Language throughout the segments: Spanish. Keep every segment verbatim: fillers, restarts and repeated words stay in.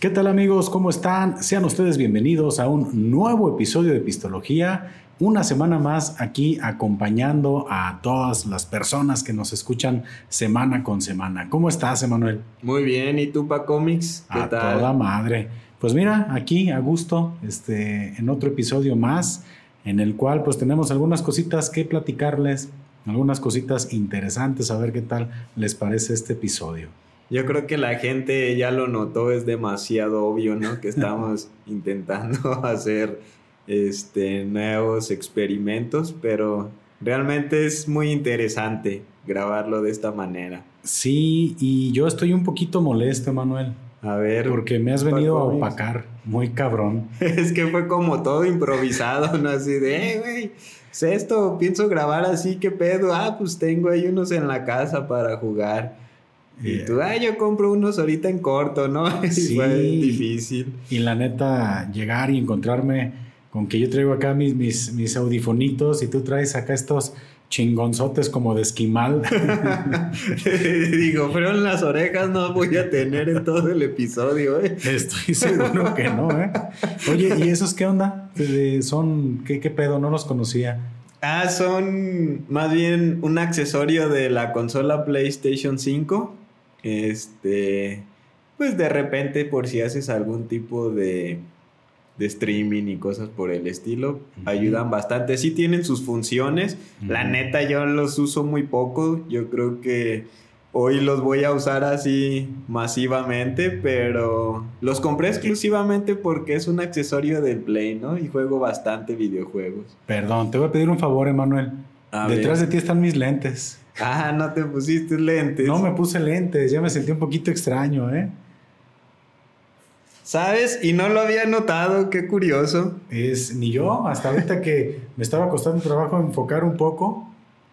¿Qué tal amigos? ¿Cómo están? Sean ustedes bienvenidos a un nuevo episodio de Pistología. Una semana más aquí acompañando a todas las personas que nos escuchan semana con semana. ¿Cómo estás, Emanuel? Muy bien, ¿y tú, Pa Comics? ¿Qué a tal? Toda madre. Pues mira, aquí a gusto, este, en otro episodio más, en el cual pues tenemos algunas cositas que platicarles, algunas cositas interesantes, a ver qué tal les parece este episodio. Yo creo que la gente ya lo notó, es demasiado obvio, ¿no? Que estamos intentando hacer este, nuevos experimentos, pero realmente es muy interesante grabarlo de esta manera. Sí, y yo estoy un poquito molesto, Manuel. A ver, porque me has venido a Comics. opacar, muy cabrón. Es que fue como todo improvisado, ¿no? Así de, eh, güey, sé esto, pienso grabar así, ¿qué pedo? Ah, pues tengo ahí unos en la casa para jugar. Y Yeah. tú, ah, yo compro unos ahorita en corto, ¿no? Sí, Y fue difícil. Y la neta, llegar y encontrarme con que yo traigo acá mis, mis, mis audifonitos y tú traes acá estos chingonzotes como de esquimal. Digo, pero en las orejas no voy a tener en todo el episodio, ¿eh? Estoy seguro que no, ¿eh? Oye, ¿y esos qué onda? ¿Son qué, qué pedo? No los conocía. Ah, son más bien un accesorio de la consola PlayStation cinco. Este, pues de repente por si haces algún tipo de, de streaming y cosas por el estilo, uh-huh. Ayudan bastante. Sí tienen sus funciones. Uh-huh. La neta yo los uso muy poco. Yo creo que hoy los voy a usar así masivamente, pero los compré exclusivamente porque es un accesorio del Play, ¿no? Y juego bastante videojuegos. Perdón, te voy a pedir un favor, Emanuel. A Detrás ver. de ti están mis lentes. Ah, no te pusiste lentes. No me puse lentes, ya me sentí un poquito extraño, ¿eh? ¿Sabes? Y no lo había notado, qué curioso. Es ni yo, hasta ahorita que me estaba costando trabajo enfocar un poco.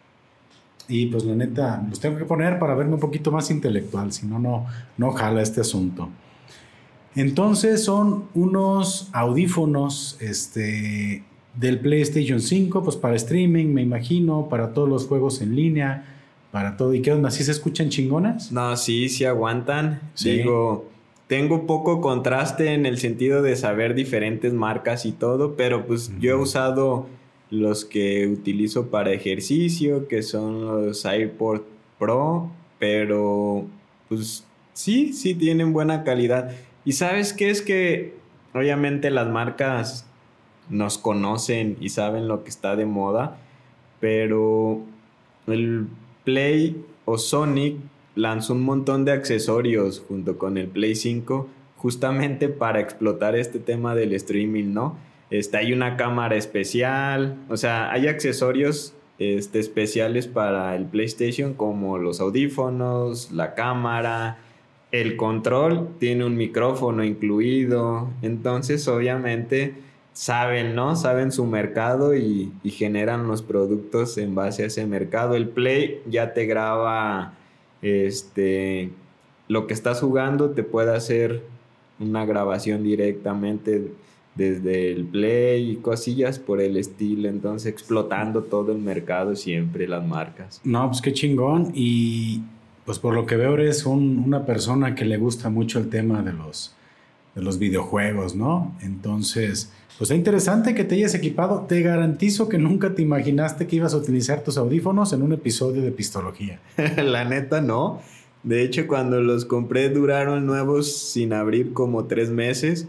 Y pues la neta, los tengo que poner para verme un poquito más intelectual, si no, no, no jala este asunto. Entonces son unos audífonos este, del PlayStation cinco, pues para streaming, me imagino, para todos los juegos en línea, para todo. ¿Y qué onda? ¿Sí se escuchan chingonas? No, sí, sí aguantan. ¿Sí? Digo, tengo poco contraste en el sentido de saber diferentes marcas y todo, pero pues uh-huh. Yo he usado los que utilizo para ejercicio, que son los AirPods Pro, pero pues sí, sí tienen buena calidad. ¿Y sabes qué? Es que obviamente las marcas nos conocen y saben lo que está de moda, pero el Play o Sony lanzó un montón de accesorios junto con el Play cinco justamente para explotar este tema del streaming, ¿no? Este, hay una cámara especial, o sea, hay accesorios este, especiales para el PlayStation como los audífonos, la cámara, el control, tiene un micrófono incluido, entonces obviamente saben, ¿no? Saben su mercado y, y generan los productos en base a ese mercado. El Play ya te graba este, lo que estás jugando, te puede hacer una grabación directamente desde el Play y cosillas por el estilo, entonces explotando todo el mercado siempre, las marcas. No, pues qué chingón. Y pues por lo que veo eres un, una persona que le gusta mucho el tema de los, de los videojuegos, ¿no? Entonces, pues es interesante que te hayas equipado. Te garantizo que nunca te imaginaste que ibas a utilizar tus audífonos en un episodio de Pistología. La neta no. De hecho, cuando los compré duraron nuevos sin abrir como tres meses.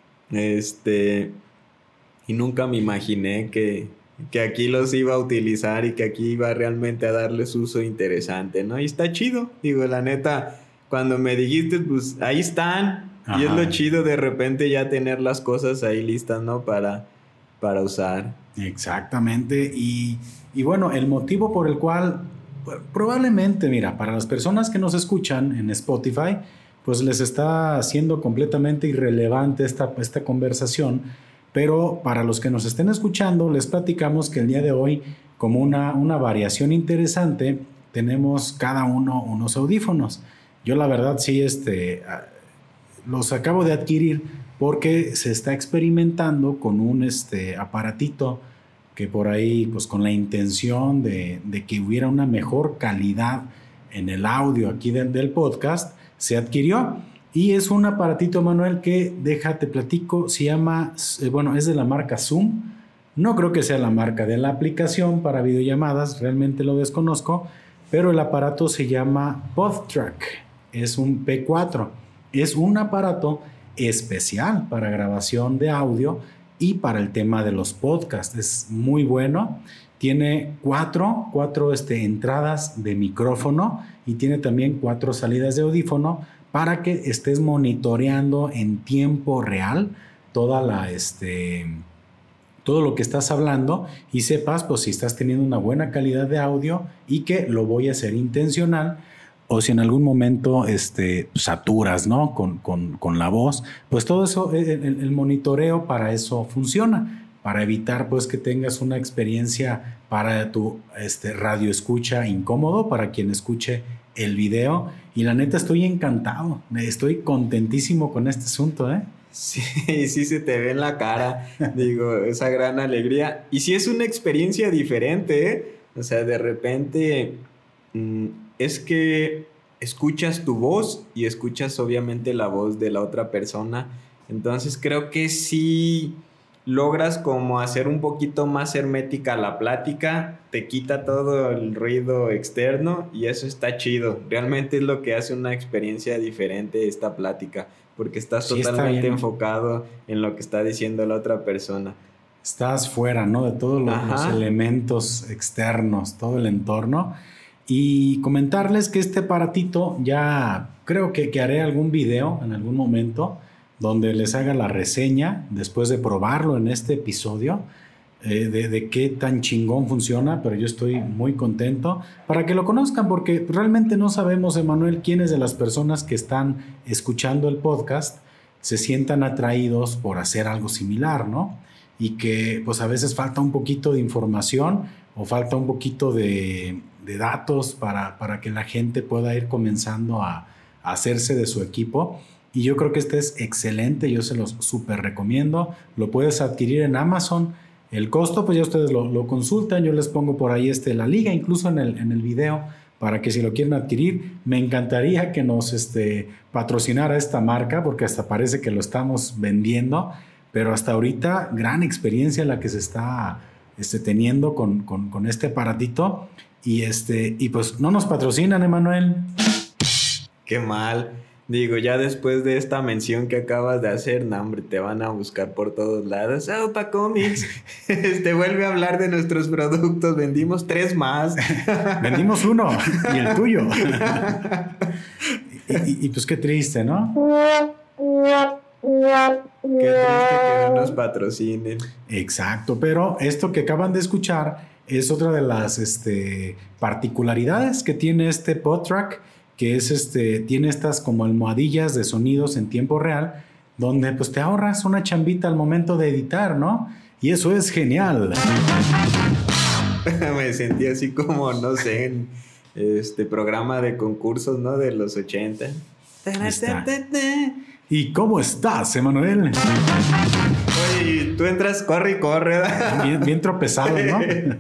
Este, y nunca me imaginé que, que aquí los iba a utilizar y que aquí iba realmente a darles uso interesante, ¿no? Y está chido, digo, la neta, cuando me dijiste, pues ahí están. Ajá. Y es lo chido de repente ya tener las cosas ahí listas, ¿no? Para, para usar. Exactamente, y, y bueno, el motivo por el cual, probablemente, mira, para las personas que nos escuchan en Spotify, pues les está haciendo completamente irrelevante esta, esta conversación, pero para los que nos estén escuchando, les platicamos que el día de hoy, como una, una variación interesante, tenemos cada uno unos audífonos. Yo la verdad sí, este, los acabo de adquirir porque se está experimentando con un este, aparatito que por ahí, pues con la intención de, de que hubiera una mejor calidad en el audio aquí del, del podcast, se adquirió. Y es un aparatito, Manuel, que, déjate platico, se llama, eh, bueno, es de la marca Zoom. No creo que sea la marca de la aplicación para videollamadas, realmente lo desconozco, pero el aparato se llama PodTrack. Es un P cuatro. Es un aparato especial para grabación de audio y para el tema de los podcasts. Es muy bueno. Tiene cuatro, cuatro este, entradas de micrófono y tiene también cuatro salidas de audífono para que estés monitoreando en tiempo real toda la, este, todo lo que estás hablando y sepas pues, si estás teniendo una buena calidad de audio y que lo voy a hacer intencional, o si en algún momento este, saturas, ¿no? con, con, con la voz, pues todo eso, el, el monitoreo para eso funciona, para evitar pues, que tengas una experiencia para tu este, radio escucha incómodo, para quien escuche el video. Y la neta estoy encantado, estoy contentísimo con este asunto, ¿eh? Sí, sí se te ve en la cara, digo, esa gran alegría. Y sí es una experiencia diferente, ¿eh? O sea, de repente mmm, es que escuchas tu voz y escuchas obviamente la voz de la otra persona. Entonces creo que sí logras como hacer un poquito más hermética la plática, te quita todo el ruido externo y eso está chido. Realmente es lo que hace una experiencia diferente esta plática, porque estás sí, totalmente enfocado en lo que está diciendo la otra persona. Estás fuera, ¿no? De todos los, los elementos externos, todo el entorno. Y comentarles que este aparatito ya creo que, que haré algún video en algún momento donde les haga la reseña después de probarlo en este episodio, eh, de, de qué tan chingón funciona, pero yo estoy muy contento para que lo conozcan, porque realmente no sabemos, Emanuel, quiénes de las personas que están escuchando el podcast se sientan atraídos por hacer algo similar, ¿no? Y que pues a veces falta un poquito de información o falta un poquito de, de datos para, para que la gente pueda ir comenzando a, a hacerse de su equipo. Y yo creo que este es excelente, yo se los súper recomiendo. Lo puedes adquirir en Amazon. El costo, pues ya ustedes lo, lo consultan. Yo les pongo por ahí este, la liga, incluso en el, en el video, para que si lo quieren adquirir. Me encantaría que nos este, patrocinara esta marca, porque hasta parece que lo estamos vendiendo. Pero hasta ahorita, gran experiencia la que se está este, teniendo con, con, con este aparatito. Y, este, y pues no nos patrocinan, Emanuel. Qué mal. Digo, ya después de esta mención que acabas de hacer, no, hombre, te van a buscar por todos lados. Opa Comics, te vuelve a hablar de nuestros productos. Vendimos tres más. Vendimos uno y el tuyo. y, y, y pues qué triste, ¿no? Qué triste que no nos patrocinen. Exacto, pero esto que acaban de escuchar es otra de las este, particularidades que tiene este PodTrack, que es este, tiene estas como almohadillas de sonidos en tiempo real, donde pues te ahorras una chambita al momento de editar, ¿no? Y eso es genial. Me sentí así como, no sé, en este programa de concursos, ¿no? De los ochenta. ¿Y cómo estás, Emanuel? Oye, tú entras, corre y corre. Bien, bien tropezado, ¿no?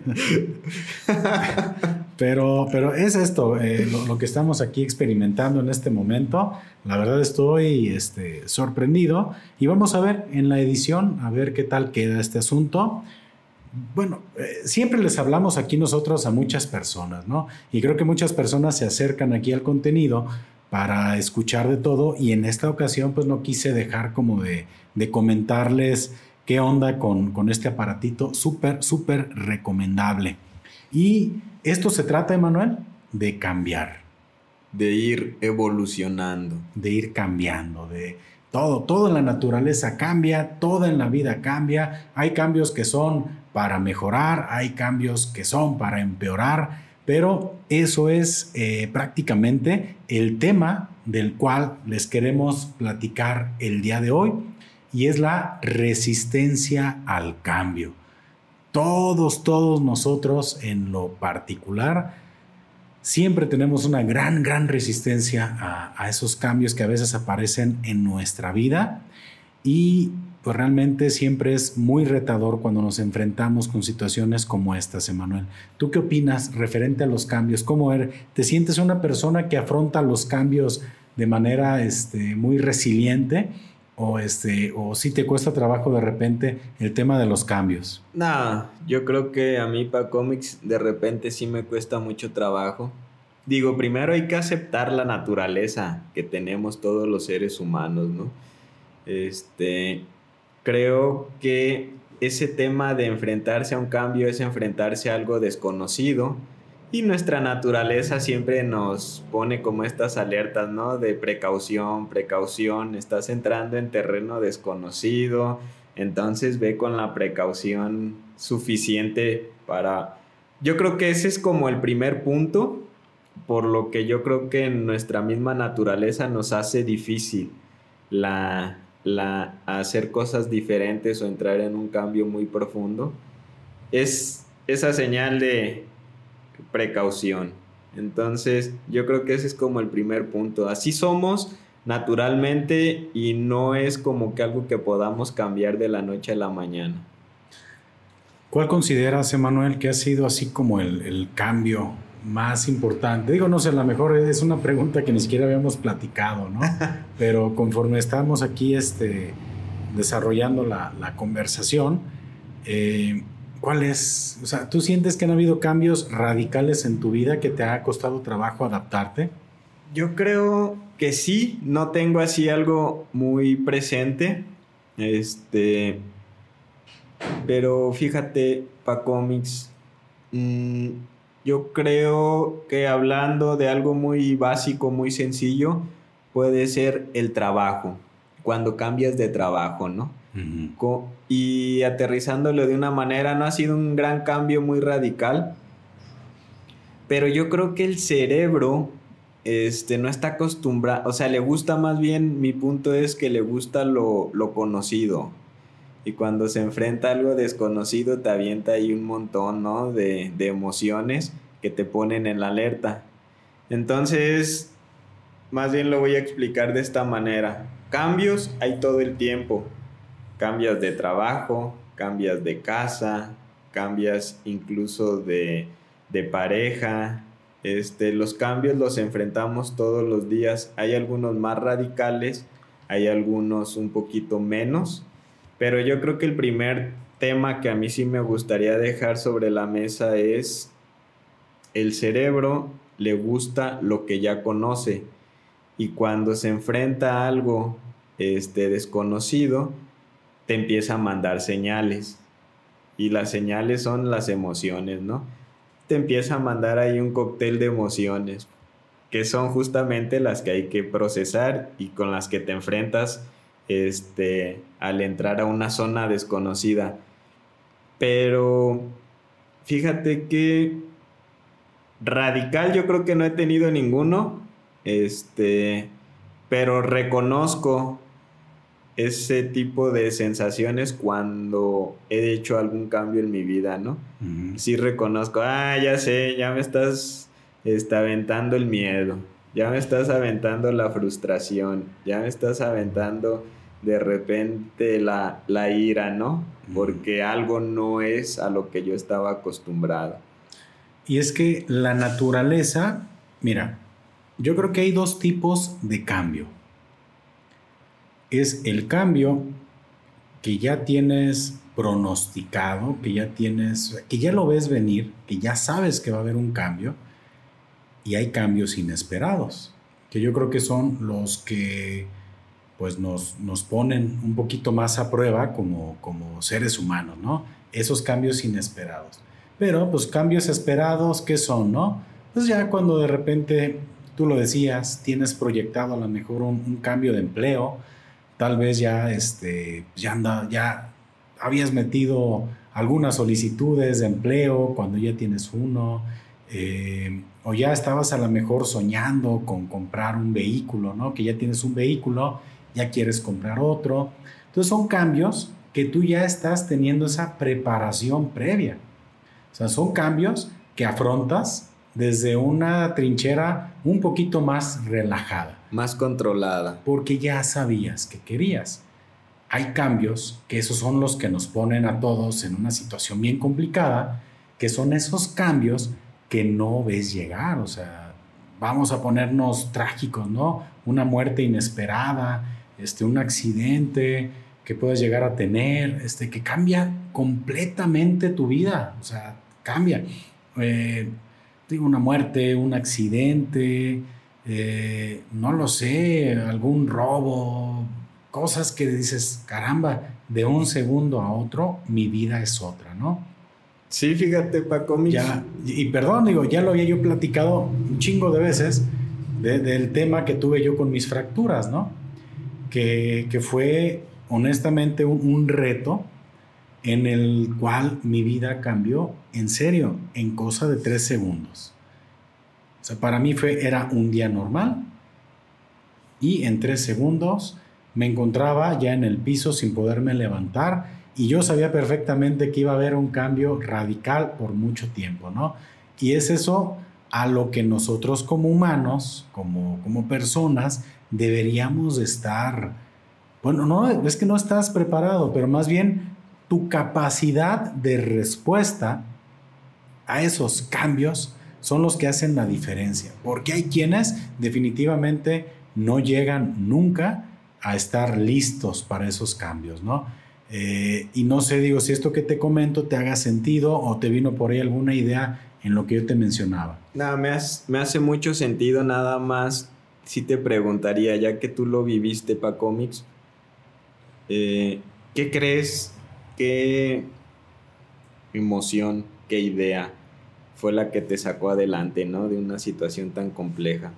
Pero, pero es esto, eh, lo, lo que estamos aquí experimentando en este momento. La verdad estoy este, sorprendido y vamos a ver en la edición, a ver qué tal queda este asunto. Bueno, eh, siempre les hablamos aquí nosotros a muchas personas, ¿no? Y creo que muchas personas se acercan aquí al contenido para escuchar de todo, y en esta ocasión pues no quise dejar como de, de comentarles qué onda con, con este aparatito súper, súper recomendable. Y esto se trata, Emanuel, de cambiar. De ir evolucionando. De ir cambiando, de todo, todo en la naturaleza cambia, todo en la vida cambia. Hay cambios que son para mejorar, hay cambios que son para empeorar, pero eso es eh, prácticamente el tema del cual les queremos platicar el día de hoy, y es la resistencia al cambio. Todos, todos nosotros en lo particular siempre tenemos una gran, gran resistencia a, a esos cambios que a veces aparecen en nuestra vida, y pues realmente siempre es muy retador cuando nos enfrentamos con situaciones como estas, Emanuel. ¿Tú qué opinas referente a los cambios? ¿Cómo eres? ¿Te sientes una persona que afronta los cambios de manera este, muy resiliente o, este, o si te cuesta trabajo de repente el tema de los cambios? No, yo creo que a mí para cómics de repente sí me cuesta mucho trabajo. Digo, primero hay que aceptar la naturaleza que tenemos todos los seres humanos, ¿no? Este, creo que ese tema de enfrentarse a un cambio es enfrentarse a algo desconocido y nuestra naturaleza siempre nos pone como estas alertas, ¿no? De precaución, precaución, estás entrando en terreno desconocido, entonces ve con la precaución suficiente para... Yo creo que ese es como el primer punto, por lo que yo creo que nuestra misma naturaleza nos hace difícil la, la hacer cosas diferentes o entrar en un cambio muy profundo. Es esa señal de precaución. Entonces, yo creo que ese es como el primer punto. Así somos naturalmente y no es como que algo que podamos cambiar de la noche a la mañana. ¿Cuál consideras, Emanuel, que ha sido así como el, el cambio más importante? Digo, no sé, a lo mejor es una pregunta que ni siquiera habíamos platicado, ¿no? Pero conforme estamos aquí este, desarrollando la, la conversación, eh, ¿cuál es? O sea, ¿tú sientes que han habido cambios radicales en tu vida que te ha costado trabajo adaptarte? Yo creo que sí, no tengo así algo muy presente, este, pero fíjate, pa' cómics, mmm, yo creo que hablando de algo muy básico, muy sencillo, puede ser el trabajo, cuando cambias de trabajo, ¿no? Uh-huh. Co- y aterrizándolo de una manera, no ha sido un gran cambio muy radical, pero yo creo que el cerebro este, no está acostumbrado, o sea, le gusta más bien, mi punto es que le gusta lo, lo conocido. Y cuando se enfrenta a algo desconocido te avienta ahí un montón, ¿no? de, de emociones que te ponen en la alerta. Entonces, más bien lo voy a explicar de esta manera. Cambios hay todo el tiempo. Cambias de trabajo, cambias de casa, cambias incluso de, de pareja. Este, los cambios los enfrentamos todos los días. Hay algunos más radicales, hay algunos un poquito menos. Pero yo creo que el primer tema que a mí sí me gustaría dejar sobre la mesa es el cerebro le gusta lo que ya conoce y cuando se enfrenta a algo este, desconocido te empieza a mandar señales y las señales son las emociones, ¿no? Te empieza a mandar ahí un cóctel de emociones que son justamente las que hay que procesar y con las que te enfrentas Este, al entrar a una zona desconocida. Pero fíjate que radical yo creo que no he tenido ninguno, este, pero reconozco ese tipo de sensaciones cuando he hecho algún cambio en mi vida, ¿no? Uh-huh. Sí reconozco, ah, ya sé, ya me estás está aventando el miedo, ya me estás aventando la frustración, ya me estás aventando de repente la, la ira, ¿no? Porque algo no es a lo que yo estaba acostumbrado. Y es que la naturaleza, mira, yo creo que hay dos tipos de cambio. Es el cambio que ya tienes pronosticado, que ya tienes, que ya lo ves venir, que ya sabes que va a haber un cambio, y hay cambios inesperados, que yo creo que son los que pues nos, nos ponen un poquito más a prueba como, como seres humanos, ¿no? Esos cambios inesperados. Pero, pues, cambios esperados, ¿qué son, no? Pues ya cuando de repente, tú lo decías, tienes proyectado a lo mejor un, un cambio de empleo, tal vez ya, este, ya, anda, ya habías metido algunas solicitudes de empleo cuando ya tienes uno, eh, o ya estabas a lo mejor soñando con comprar un vehículo, ¿no? Que ya tienes un vehículo, ya quieres comprar otro. Entonces son cambios que tú ya estás teniendo esa preparación previa. O sea, son cambios que afrontas desde una trinchera un poquito más relajada. Más controlada. Porque ya sabías que querías. Hay cambios que esos son los que nos ponen a todos en una situación bien complicada, que son esos cambios que no ves llegar. O sea, vamos a ponernos trágicos, ¿no? Una muerte inesperada, este, un accidente que puedes llegar a tener, este, que cambia completamente tu vida, o sea, cambia. Eh, digo, una muerte, un accidente, eh, no lo sé, algún robo, cosas que dices, caramba, de un segundo a otro, mi vida es otra, ¿no? Sí, fíjate, Paco, mis... Ya, y perdón, digo, ya lo había yo platicado un chingo de veces de, del tema que tuve yo con mis fracturas, ¿no? Que, que fue honestamente un, un reto en el cual mi vida cambió en serio, en cosa de tres segundos. O sea, para mí fue, era un día normal y en tres segundos me encontraba ya en el piso sin poderme levantar y yo sabía perfectamente que iba a haber un cambio radical por mucho tiempo, ¿no? Y es eso a lo que nosotros como humanos, como, como personas, deberíamos estar, bueno, no, es que no estás preparado, pero más bien tu capacidad de respuesta a esos cambios son los que hacen la diferencia, porque hay quienes definitivamente no llegan nunca a estar listos para esos cambios, ¿no? Eh, y no sé, digo, si esto que te comento te haga sentido o te vino por ahí alguna idea en lo que yo te mencionaba. Nada, me, has, me hace mucho sentido, nada más si te preguntaría, ya que tú lo viviste, Pacomics, eh, ¿qué crees, qué emoción, qué idea fue la que te sacó adelante, ¿no? De una situación tan compleja?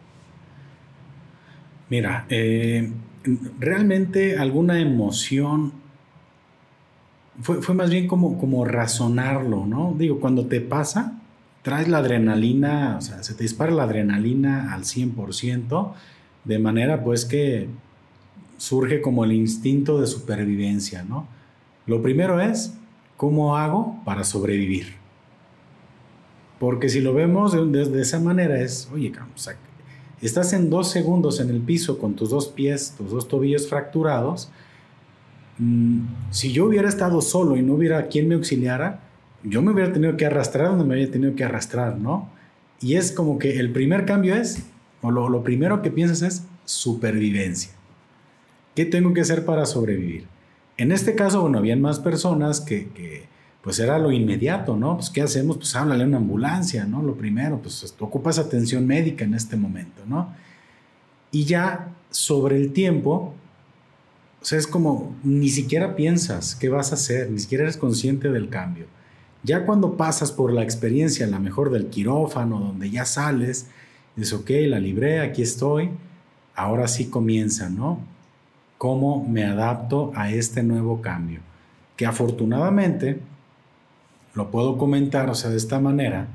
Mira, eh, realmente alguna emoción fue, fue más bien como, como razonarlo, ¿no? Digo, cuando te pasa, traes la adrenalina, o sea, se te dispara la adrenalina al cien por ciento, de manera pues que surge como el instinto de supervivencia, ¿no? Lo primero es, ¿cómo hago para sobrevivir? Porque si lo vemos de, de, de esa manera es, oye, o sea, estás en dos segundos en el piso con tus dos pies, tus dos tobillos fracturados. Mm, si yo hubiera estado solo y no hubiera quien me auxiliara, yo me hubiera tenido que arrastrar donde me había tenido que arrastrar, ¿no? Y es como que el primer cambio es, o lo, lo primero que piensas es supervivencia. ¿Qué tengo que hacer para sobrevivir? En este caso, bueno, habían más personas que, que pues era lo inmediato, ¿no? Pues, ¿qué hacemos? Pues háblale a una ambulancia, ¿no? Lo primero, pues tú ocupas atención médica en este momento, ¿no? Y ya sobre el tiempo, o sea, es como ni siquiera piensas qué vas a hacer, ni siquiera eres consciente del cambio. Ya cuando pasas por la experiencia, a la mejor del quirófano, donde ya sales, dices, ok, la libré, aquí estoy, ahora sí comienza, ¿no? ¿Cómo me adapto a este nuevo cambio? Que afortunadamente, lo puedo comentar, o sea, de esta manera,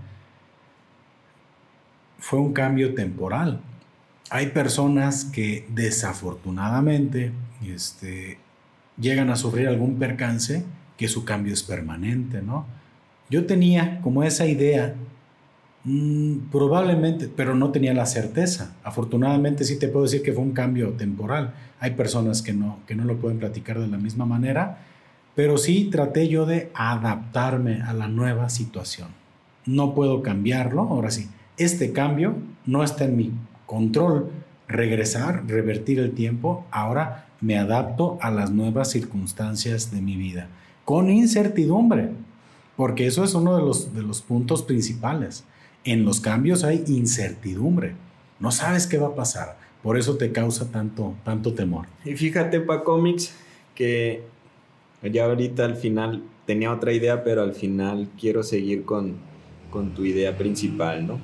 fue un cambio temporal. Hay personas que desafortunadamente este, llegan a sufrir algún percance que su cambio es permanente, ¿no? Yo tenía como esa idea, mmm, probablemente, pero no tenía la certeza. Afortunadamente sí te puedo decir que fue un cambio temporal. Hay personas que no, que no lo pueden platicar de la misma manera, pero sí traté yo de adaptarme a la nueva situación. No puedo cambiarlo, ahora sí. Este cambio no está en mi control. Regresar, revertir el tiempo, ahora me adapto a las nuevas circunstancias de mi vida. Con incertidumbre, porque eso es uno de los, de los puntos principales. En los cambios hay incertidumbre. No sabes qué va a pasar. Por eso te causa tanto, tanto temor. Y fíjate, Pacomics, que ya ahorita al final tenía otra idea, pero al final quiero seguir con, con tu idea principal, ¿no?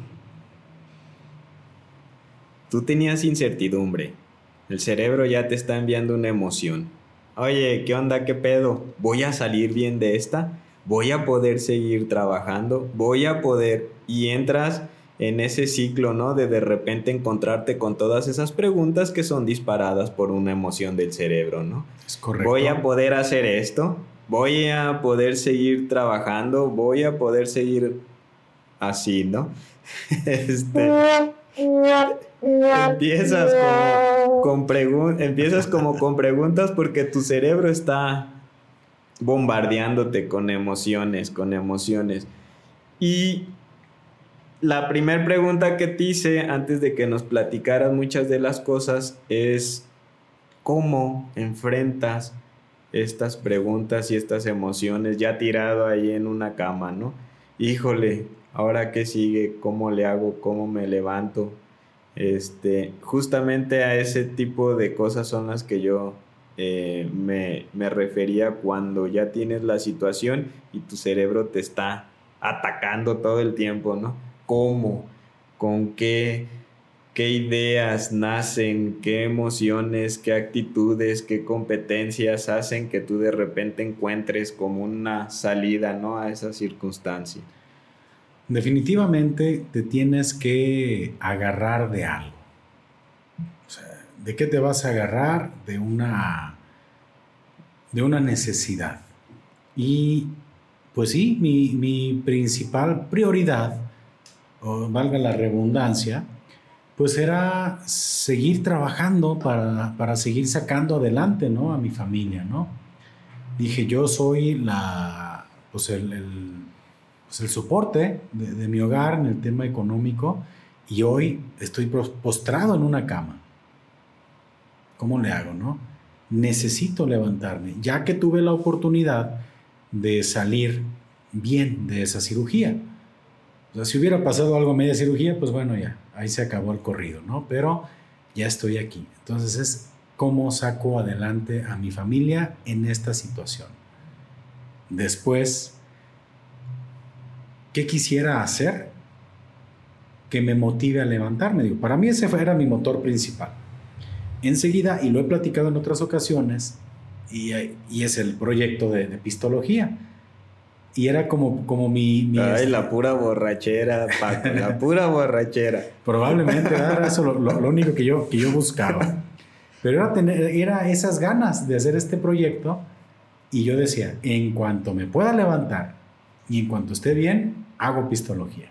Tú tenías incertidumbre. El cerebro ya te está enviando una emoción. Oye, ¿qué onda? ¿Qué pedo? ¿Voy a salir bien de esta? ¿Voy a poder seguir trabajando? ¿Voy a poder? Y entras en ese ciclo, ¿no? De de repente encontrarte con todas esas preguntas que son disparadas por una emoción del cerebro, ¿no? Es correcto. ¿Voy a poder hacer esto? ¿Voy a poder seguir trabajando? ¿Voy a poder seguir así, ¿no? este... Empiezas como con, pregun- empiezas como con preguntas porque tu cerebro está bombardeándote con emociones, con emociones. Y la primera pregunta que te hice antes de que nos platicaras muchas de las cosas es ¿cómo enfrentas estas preguntas y estas emociones ya tirado ahí en una cama, ¿no? Híjole, ¿ahora qué sigue? ¿Cómo le hago? ¿Cómo me levanto? Este, justamente a ese tipo de cosas son las que yo eh, me, me refería cuando ya tienes la situación y tu cerebro te está atacando todo el tiempo, ¿no? ¿Cómo? ¿Con qué? ¿Qué ideas nacen? ¿Qué emociones? ¿Qué actitudes? ¿Qué competencias hacen que tú de repente encuentres como una salida, ¿no? A esa circunstancia? Definitivamente te tienes que agarrar de algo. O sea, ¿de qué te vas a agarrar? De una, de una necesidad. Y pues sí, mi, mi principal prioridad, o valga la redundancia, pues era seguir trabajando para, para seguir sacando adelante, ¿no? A mi familia, ¿no? Dije, yo soy la, pues el, el, pues el soporte de, de mi hogar en el tema económico y hoy estoy postrado en una cama. ¿Cómo le hago, no? Necesito levantarme, ya que tuve la oportunidad de salir bien de esa cirugía. O sea, si hubiera pasado algo a media cirugía, pues bueno, ya, ahí se acabó el corrido, ¿no? Pero ya estoy aquí. Entonces es cómo saco adelante a mi familia en esta situación. Después, ¿qué quisiera hacer que me motive a levantarme? Digo, para mí ese era mi motor principal. Enseguida, y lo he platicado en otras ocasiones, y, y es el proyecto de, de Pistología. Y era como, como mi... mi Ay, este, la pura borrachera, Paco, la pura borrachera. Probablemente era eso lo, lo, lo único que yo, que yo buscaba. Pero era, tener, era esas ganas de hacer este proyecto y yo decía, en cuanto me pueda levantar y en cuanto esté bien, hago Pistología.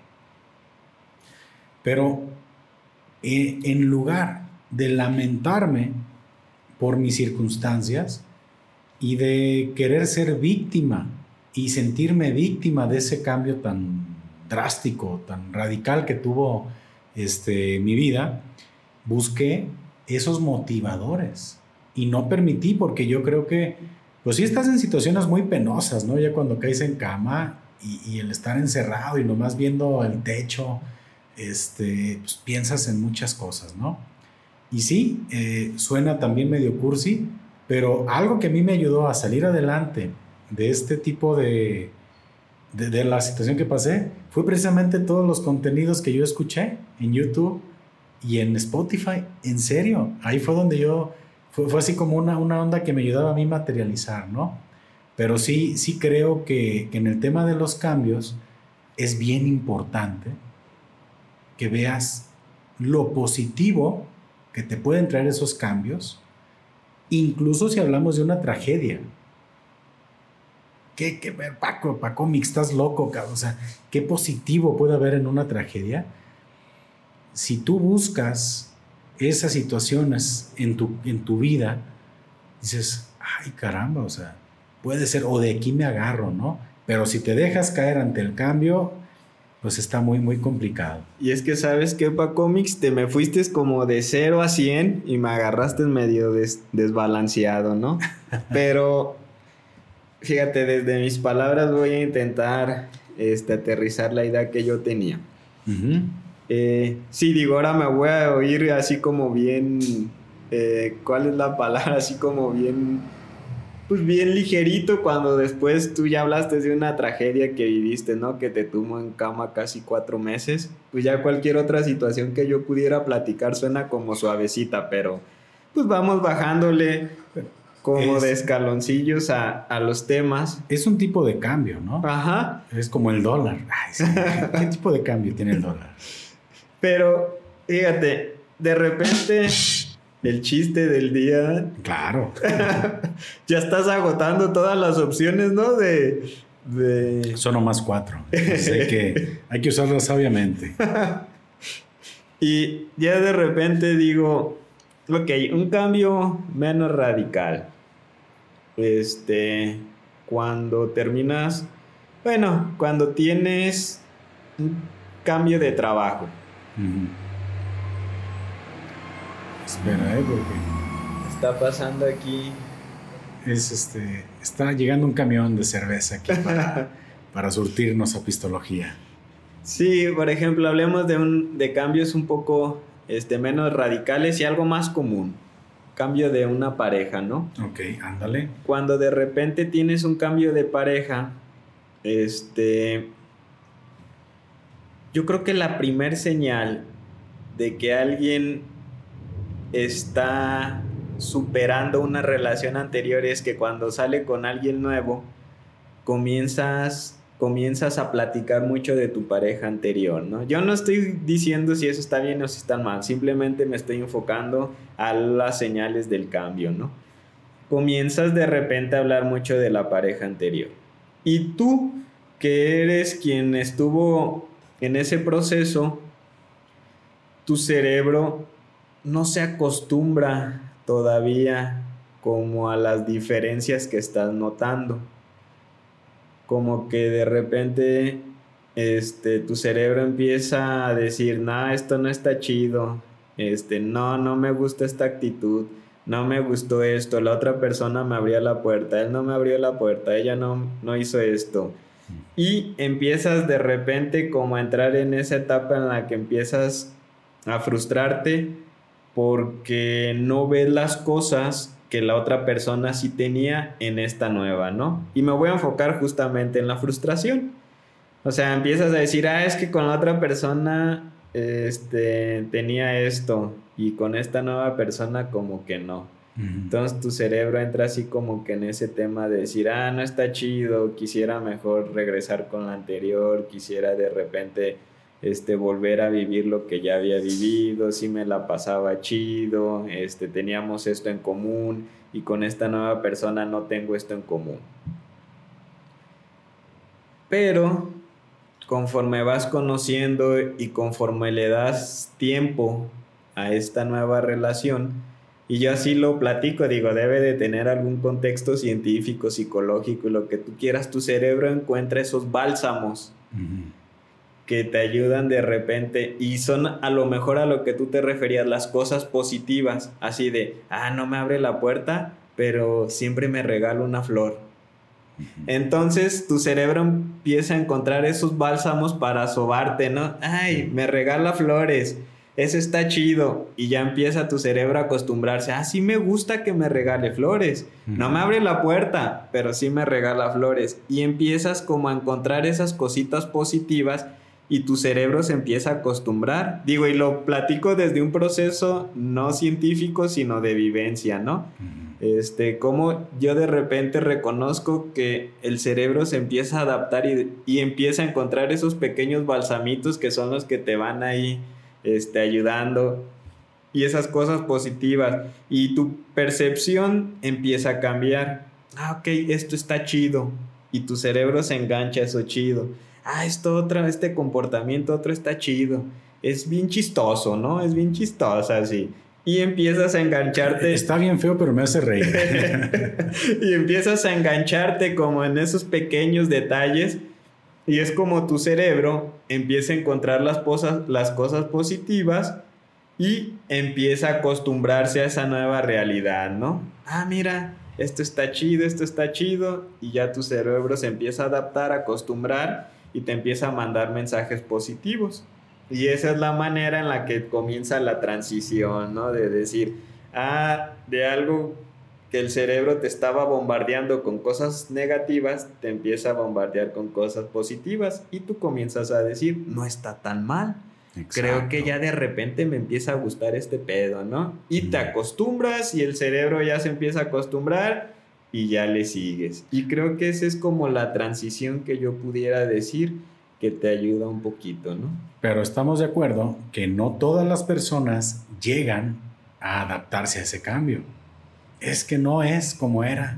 Pero eh, en lugar de lamentarme por mis circunstancias y de querer ser víctima y sentirme víctima de ese cambio tan drástico, tan radical que tuvo este, mi vida, busqué esos motivadores y no permití, porque yo creo que, pues sí estás en situaciones muy penosas, ¿no? Ya cuando caes en cama y, y el estar encerrado y nomás viendo el techo, este, pues piensas en muchas cosas, ¿no? Y sí, eh, suena también medio cursi, pero algo que a mí me ayudó a salir adelante de este tipo de, de, de la situación que pasé fue precisamente todos los contenidos que yo escuché en YouTube y en Spotify. En serio, ahí fue donde yo, fue, fue así como una, una onda que me ayudaba a mí materializar, ¿no? Pero sí, sí creo que, que en el tema de los cambios es bien importante que veas lo positivo que te pueden traer esos cambios, incluso si hablamos de una tragedia. ¿Qué, qué, Paco, Paco, Mix, estás loco, cabrón? O sea, ¿qué positivo puede haber en una tragedia? Si tú buscas esas situaciones en tu, en tu vida, dices, ay, caramba, o sea, puede ser, o de aquí me agarro, ¿no? Pero si te dejas caer ante el cambio, pues está muy, muy complicado. Y es que, ¿sabes qué, Paco Mix? Te me fuiste como de cero a cien y me agarraste medio des- desbalanceado, ¿no? Pero... fíjate, desde mis palabras voy a intentar este, aterrizar la idea que yo tenía. Uh-huh. Eh, sí, digo, ahora me voy a oír así como bien... Eh, ¿cuál es la palabra? Así como bien... pues bien ligerito cuando después tú ya hablaste de una tragedia que viviste, ¿no? Que te tuvo en cama casi cuatro meses. Pues ya cualquier otra situación que yo pudiera platicar suena como suavecita, pero pues vamos bajándole... como es, de escaloncillos a, a los temas. Es un tipo de cambio, ¿no? Ajá. Es como el dólar. Ay, sí. ¿Qué tipo de cambio tiene el dólar? Pero, fíjate, de repente, el chiste del día... Claro. ya estás agotando todas las opciones, ¿no? De... de... Son nomás cuatro. Entonces hay que, hay que usarlas sabiamente. Y ya de repente digo... ok, un cambio menos radical. Este, cuando terminas, bueno, cuando tienes cambio de trabajo. Uh-huh. Espera, ¿eh? Porque está pasando aquí. Es este, está llegando un camión de cerveza aquí para, para surtirnos a Pistología. Sí, por ejemplo, hablemos de, un, de cambios un poco este, menos radicales y algo más común. Cambio de una pareja, ¿no? Ok, ándale. Cuando de repente tienes un cambio de pareja, este, yo creo que la primer señal de que alguien está superando una relación anterior es que cuando sale con alguien nuevo, comienzas, comienzas a platicar mucho de tu pareja anterior, ¿no? Yo no estoy diciendo si eso está bien o si está mal, simplemente me estoy enfocando a las señales del cambio, ¿no? Comienzas de repente a hablar mucho de la pareja anterior. Y tú, que eres quien estuvo en ese proceso, tu cerebro no se acostumbra todavía como a las diferencias que estás notando. Como que de repente este, tu cerebro empieza a decir, no, esto no está chido, este, no, no me gusta esta actitud, no me gustó esto, la otra persona me abrió la puerta, él no me abrió la puerta, ella no, no hizo esto. Y empiezas de repente como a entrar en esa etapa en la que empiezas a frustrarte porque no ves las cosas que la otra persona sí tenía en esta nueva, ¿no? Y me voy a enfocar justamente en la frustración. O sea, empiezas a decir, ah, es que con la otra persona este, tenía esto y con esta nueva persona como que no. Uh-huh. Entonces tu cerebro entra así como que en ese tema de decir, ah, no está chido, quisiera mejor regresar con la anterior, quisiera de repente este, volver a vivir lo que ya había vivido, sí me la pasaba chido, este, teníamos esto en común y con esta nueva persona no tengo esto en común. Pero conforme vas conociendo y conforme le das tiempo a esta nueva relación, y yo así lo platico, digo, debe de tener algún contexto científico, psicológico y lo que tú quieras, tu cerebro encuentra esos bálsamos uh-huh. que te ayudan de repente y son a lo mejor a lo que tú te referías, las cosas positivas, así de, ah, no me abre la puerta, pero siempre me regala una flor. Uh-huh. Entonces tu cerebro empieza a encontrar esos bálsamos para sobarte, ¿no? Ay, me regala flores, eso está chido. Y ya empieza tu cerebro a acostumbrarse, ah, sí me gusta que me regale flores. Uh-huh. No me abre la puerta, pero sí me regala flores. Y empiezas como a encontrar esas cositas positivas y tu cerebro se empieza a acostumbrar. Digo, y lo platico desde un proceso no científico, sino de vivencia, ¿no? Uh-huh. Este, como yo de repente reconozco que el cerebro se empieza a adaptar y, y empieza a encontrar esos pequeños balsamitos que son los que te van ahí este, ayudando y esas cosas positivas. Y tu percepción empieza a cambiar. Ah, ok, esto está chido. Y tu cerebro se engancha a eso chido. Ah, esto otro, este comportamiento otro está chido. Es bien chistoso, ¿no? Es bien chistoso así. Y empiezas a engancharte. Está bien feo, pero me hace reír. Y empiezas a engancharte como en esos pequeños detalles. Y es como tu cerebro empieza a encontrar las cosas, las cosas positivas y empieza a acostumbrarse a esa nueva realidad, ¿no? Ah, mira, esto está chido, esto está chido. Y ya tu cerebro se empieza a adaptar, a acostumbrar y te empieza a mandar mensajes positivos. Y esa es la manera en la que comienza la transición, ¿no? De decir, ah, de algo que el cerebro te estaba bombardeando con cosas negativas, te empieza a bombardear con cosas positivas y tú comienzas a decir, no está tan mal. Exacto. Creo que ya de repente me empieza a gustar este pedo, ¿no? Y mm. te acostumbras y el cerebro ya se empieza a acostumbrar y ya le sigues. Y creo que esa es como la transición que yo pudiera decir que te ayuda un poquito, ¿no? Pero estamos de acuerdo que no todas las personas llegan a adaptarse a ese cambio. Es que no es como era.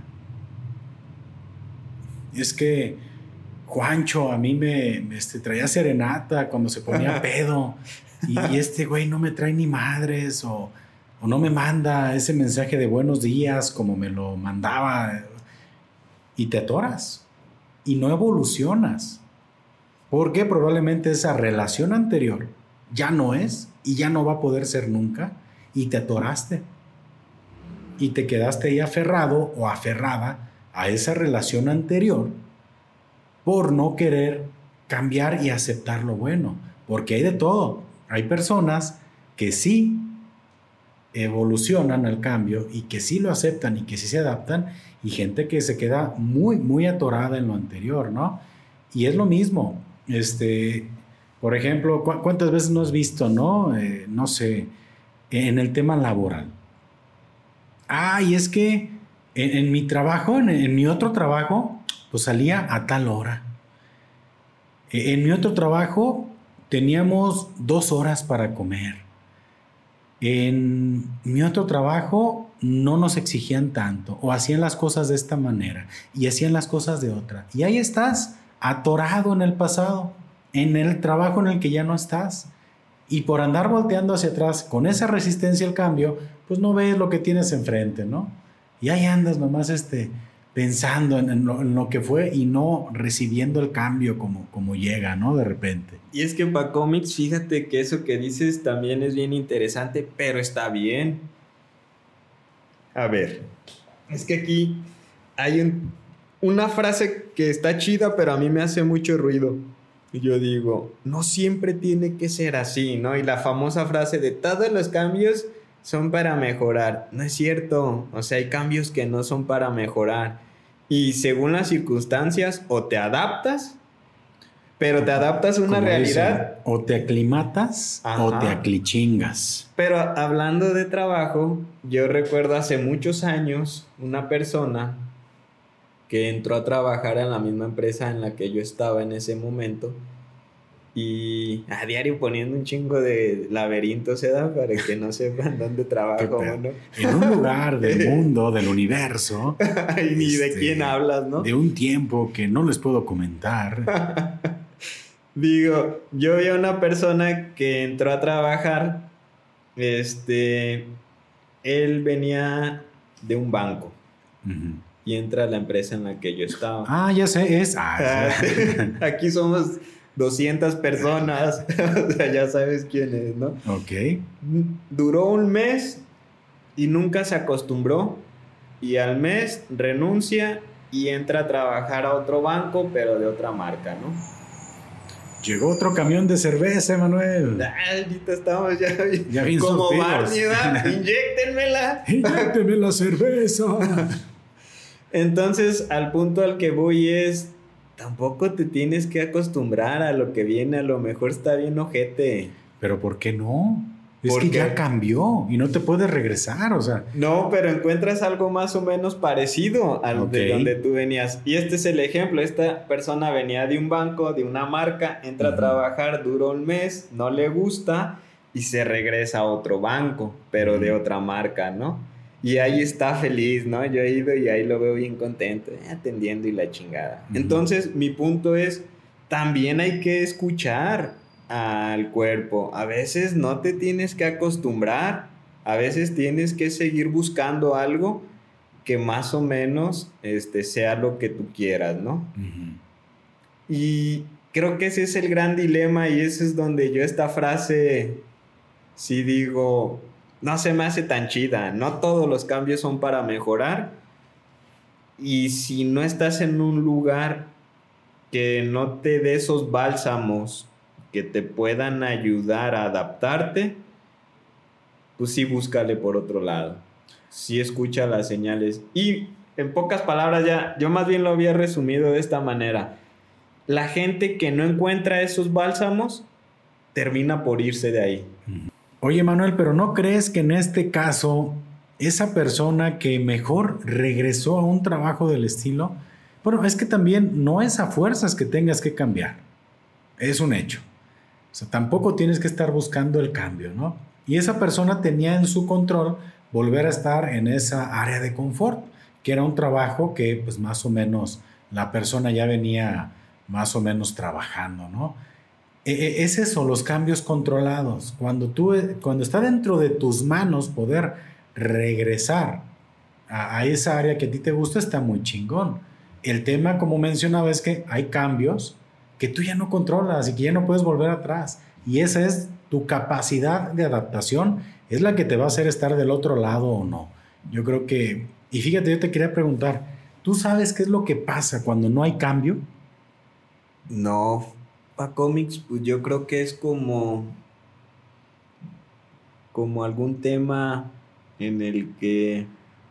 Es que Juancho a mí me este, traía serenata cuando se ponía pedo y, y este güey no me trae ni madres o, o no me manda ese mensaje de buenos días como me lo mandaba y te atoras y no evolucionas. Porque probablemente esa relación anterior ya no es y ya no va a poder ser nunca y te atoraste. Y te quedaste ahí aferrado o aferrada a esa relación anterior por no querer cambiar y aceptar lo bueno. Porque hay de todo. Hay personas que sí evolucionan al cambio y que sí lo aceptan y que sí se adaptan, y gente que se queda muy, muy atorada en lo anterior, ¿no? Y es lo mismo. Este, por ejemplo, ¿cu- ¿cuántas veces no has visto, no? Eh, no sé, en el tema laboral. Ah, y es que en, en mi trabajo, en, en mi otro trabajo, pues salía a tal hora. E- En mi otro trabajo teníamos dos horas para comer. En mi otro trabajo no nos exigían tanto o hacían las cosas de esta manera y hacían las cosas de otra. Y ahí estás, atorado en el pasado, en el trabajo en el que ya no estás. Y por andar volteando hacia atrás con esa resistencia al cambio, pues no ves lo que tienes enfrente, ¿no? Y ahí andas nomás este, pensando en, en lo, en lo que fue y no recibiendo el cambio como, como llega, ¿no? De repente. Y es que para cómics, fíjate que eso que dices también es bien interesante, pero está bien. A ver, es que aquí hay un- una frase que está chida, pero a mí me hace mucho ruido. Y yo digo, no siempre tiene que ser así, ¿no? Y la famosa frase de todos los cambios son para mejorar. No es cierto. O sea, hay cambios que no son para mejorar. Y según las circunstancias, o te adaptas, pero te adaptas a una Como realidad. dicen, o te aclimatas o te Ajá. aclichingas. Pero hablando de trabajo, yo recuerdo hace muchos años una persona que entró a trabajar en la misma empresa en la que yo estaba en ese momento y a diario poniendo un chingo de laberintos, ¿se da? Para que no sepan dónde Qué trabajo pedo. uno. En un lugar del mundo, del universo, Y ni de este, quién hablas, ¿no? de un tiempo que no les puedo comentar. Digo, yo vi a una persona que entró a trabajar, este, él venía de un banco Ujú. y entra a la empresa en la que yo estaba. Ah, ya sé, es. Ah, Ah, sí. aquí somos doscientas personas, o sea, ya sabes quién es, ¿no? Ok. Duró un mes y nunca se acostumbró, y al mes renuncia y entra a trabajar a otro banco, pero de otra marca, ¿no? Llegó otro camión de cerveza, Manuel. Ay, ahorita estamos ya, Ya bien como surtidos. Barney, ¿verdad? Inyéctenmela. ¡Inyécteme la cerveza! Entonces, al punto al que voy es, tampoco te tienes que acostumbrar a lo que viene, a lo mejor está bien ojete. Pero ¿por qué no? Es ¿Por que qué? ya cambió y no te puedes regresar, o sea. No, pero encuentras algo más o menos parecido al Ok. de donde tú venías. Y este es el ejemplo. Esta persona venía de un banco, de una marca, entra a Ujú. trabajar, dura un mes, no le gusta y se regresa a otro banco, pero de Ujú. otra marca, ¿no? Y ahí está feliz, ¿no? Yo he ido y ahí lo veo bien contento, eh, atendiendo y la chingada. Ujú. Entonces, mi punto es, también hay que escuchar al cuerpo. A veces no te tienes que acostumbrar, a veces tienes que seguir buscando algo que más o menos este, sea lo que tú quieras, ¿no? Ujú. Y creo que ese es el gran dilema, y ese es donde yo esta frase sí digo, no se me hace tan chida. No todos los cambios son para mejorar, y si no estás en un lugar que no te dé esos bálsamos que te puedan ayudar a adaptarte, pues sí, búscale por otro lado. Sí, escucha las señales. Y en pocas palabras, ya, yo más bien lo había resumido de esta manera. La gente que no encuentra esos bálsamos termina por irse de ahí. Oye, Manuel, pero ¿no crees que en este caso esa persona que mejor regresó a un trabajo del estilo, bueno, es que también no es a fuerzas que tengas que cambiar, es un hecho. O sea, tampoco tienes que estar buscando el cambio, ¿no? Y esa persona tenía en su control volver a estar en esa área de confort, que era un trabajo que pues más o menos la persona ya venía más o menos trabajando, ¿no? E- Es eso, los cambios controlados. Cuando tú, cuando está dentro de tus manos poder regresar a, a esa área que a ti te gusta, está muy chingón. El tema, como mencionaba, es que hay cambios que tú ya no controlas y que ya no puedes volver atrás. Y esa es tu capacidad de adaptación, es la que te va a hacer estar del otro lado o no. Yo creo que, y fíjate, yo te quería preguntar, ¿tú sabes qué es lo que pasa cuando no hay cambio? No, para cómics, pues yo creo que es como, como algún tema en el que